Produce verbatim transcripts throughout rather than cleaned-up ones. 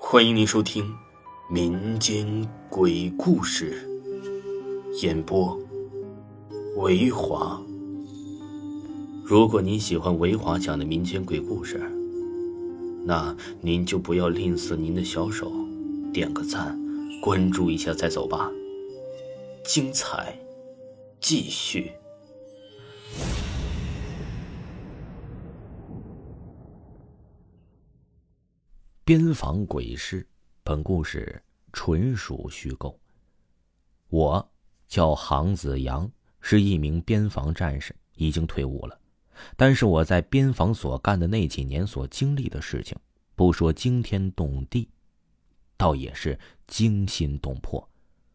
欢迎您收听民间鬼故事，演播维华。如果您喜欢维华讲的民间鬼故事，那您就不要吝啬您的小手，点个赞，关注一下再走吧。精彩继续。 边防鬼事，本故事纯属虚构。我叫杭子阳，是一名边防战士，已经退伍了。但是我在边防所干的那几年所经历的事情，不说惊天动地，倒也是惊心动魄。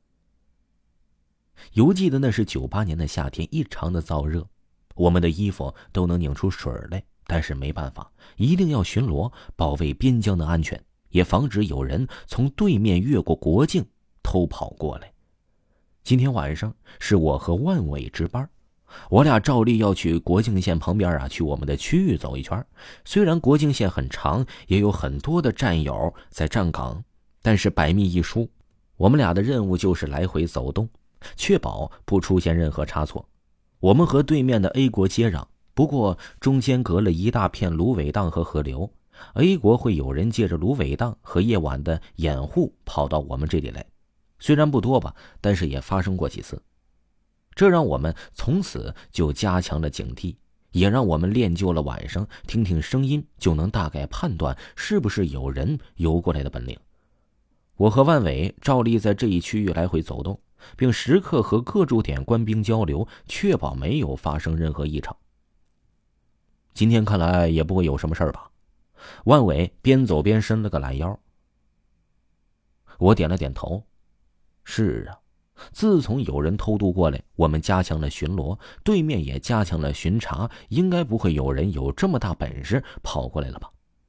犹记得那是九八年的夏天，异常的燥热，我们的衣服都能拧出水来，但是没办法，一定要巡逻，保卫边疆的安全，也防止有人从对面越过国境偷跑过来。今天晚上是我和万伟值班，我俩照例要去国境线旁边啊，去我们的区域走一圈。虽然国境线很长，也有很多的战友在站岗，但是百密一疏，我们俩的任务就是来回走动，确保不出现任何差错。我们和对面的 A 国接壤，不过中间隔了一大片芦苇荡和河流， A 国会有人借着芦苇荡和夜晚的掩护跑到我们这里来，虽然不多吧，但是也发生过几次。这让我们从此就加强了警惕，也让我们练就了晚上听听声音就能大概判断是不是有人游过来的本领。我和万伟照例在这一区域来回走动，并时刻和各驻点官兵交流，确保没有发生任何异常。今天看来也不会有什么事儿吧？万伟边走边伸了个懒腰。我点了点头。是啊，自从有人偷渡过来，我们加强了巡逻，对面也加强了巡查，应该不会有人有这么大本事跑过来了吧？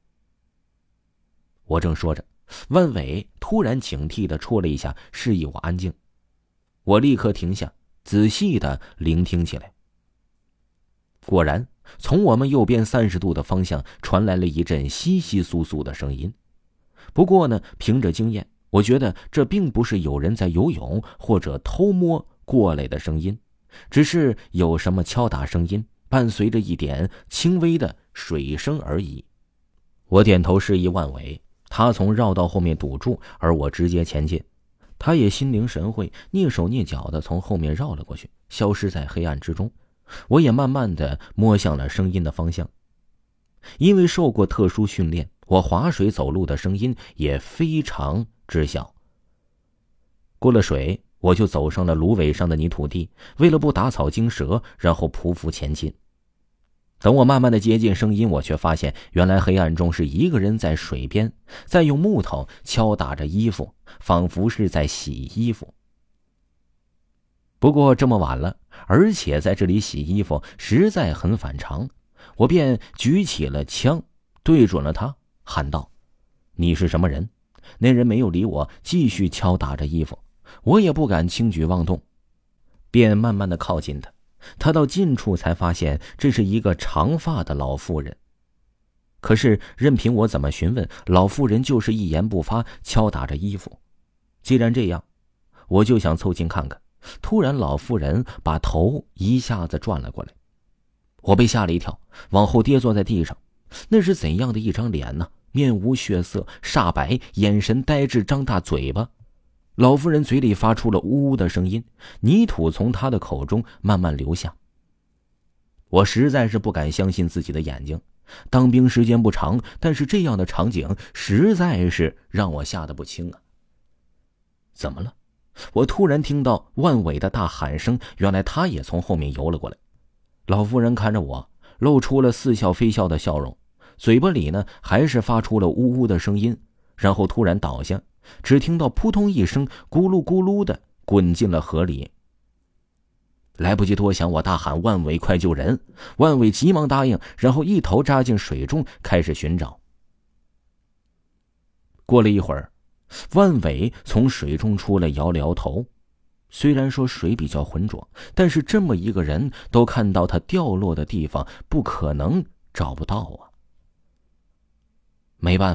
我正说着，万伟突然警惕地戳了一下，示意我安静。我立刻停下，仔细地聆听起来。果然，从我们右边三十度的方向传来了一阵窸窸窣窣的声音。不过呢，凭着经验，我觉得这并不是有人在游泳或者偷摸过来的声音，只是有什么敲打声音，伴随着一点轻微的水声而已。我点头示意万伟，他从绕道后面堵住，而我直接前进。他也心领神会，蹑手蹑脚地从后面绕了过去，消失在黑暗之中。我也慢慢地摸向了声音的方向。因为受过特殊训练，我划水走路的声音也非常知晓。过了水，我就走上了芦苇上的泥土地，为了不打草惊蛇，然后匍匐前进。等我慢慢的接近声音，我却发现原来黑暗中是一个人在水边，在用木头敲打着衣服，仿佛是在洗衣服。不过这么晚了，而且在这里洗衣服实在很反常，我便举起了枪，对准了他，喊道：“你是什么人？”那人没有理我，继续敲打着衣服。我也不敢轻举妄动，便慢慢的靠近他。他到近处才发现这是一个长发的老妇人。可是任凭我怎么询问，老妇人就是一言不发，敲打着衣服。既然这样，我就想凑近看看。突然老妇人把头一下子转了过来，我被吓了一跳，往后跌坐在地上。那是怎样的一张脸呢？面无血色，煞白，眼神呆滞，张大嘴巴。老妇人嘴里发出了呜呜的声音，泥土从她的口中慢慢流下。我实在是不敢相信自己的眼睛，当兵时间不长，但是这样的场景实在是让我吓得不轻啊。怎么了？我突然听到万伟的大喊声，原来他也从后面游了过来。老妇人看着我，露出了似笑非笑的笑容，嘴巴里呢还是发出了呜呜的声音，然后突然倒下，只听到扑通一声，咕噜咕噜的滚进了河里。来不及多想，我大喊：“万伟，快救人！”万伟急忙答应，然后一头扎进水中，开始寻找。过了一会儿，万伟从水中出来，摇了摇头。虽然说水比较浑浊，但是这么一个人都看到他掉落的地方，不可能找不到啊。没办法，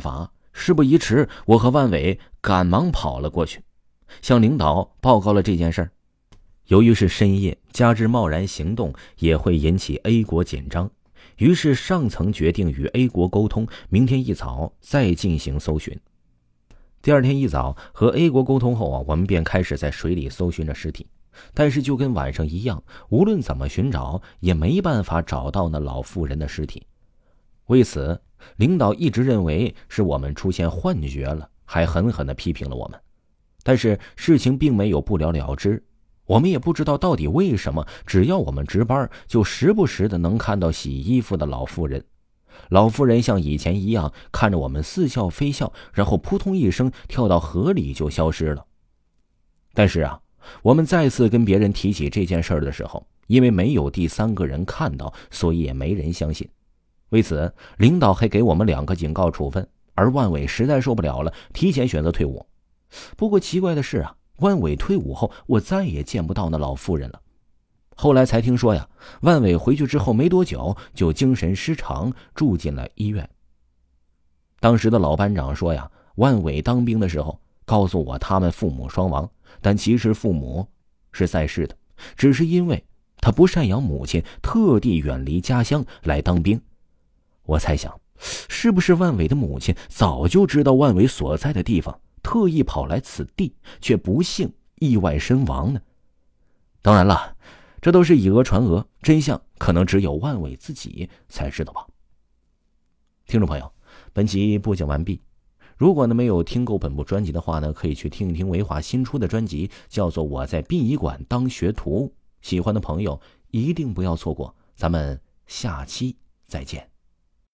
事不宜迟，我和万伟赶忙跑了过去，向领导报告了这件事儿。由于是深夜，加之贸然行动也会引起 A 国紧张，于是上层决定与 A 国沟通，明天一早再进行搜寻。第二天一早和 A 国沟通后啊，我们便开始在水里搜寻着尸体，但是就跟晚上一样，无论怎么寻找也没办法找到那老妇人的尸体。为此，领导一直认为是我们出现幻觉了，还狠狠地批评了我们。但是事情并没有不了了之，我们也不知道到底为什么，只要我们值班，就时不时的能看到洗衣服的老妇人。老妇人像以前一样看着我们似笑非笑，然后扑通一声跳到河里就消失了。但是啊，我们再次跟别人提起这件事的时候，因为没有第三个人看到，所以也没人相信。为此，领导还给我们两个警告处分，而万伟实在受不了了，提前选择退伍。不过奇怪的是啊，万伟退伍后，我再也见不到那老妇人了。后来才听说呀，万伟回去之后没多久就精神失常，住进了医院。当时的老班长说呀，万伟当兵的时候告诉我他们父母双亡，但其实父母是在世的，只是因为他不赡养母亲，特地远离家乡来当兵。我猜想，是不是万伟的母亲早就知道万伟所在的地方，特意跑来此地，却不幸意外身亡呢？当然了，这都是以讹传讹，真相可能只有万伟自己才知道吧。听众朋友，本集播讲完毕。如果呢没有听够本部专辑的话呢，可以去听一听维华新出的专辑，叫做《我在殡仪馆当学徒》，喜欢的朋友一定不要错过。咱们下期再见。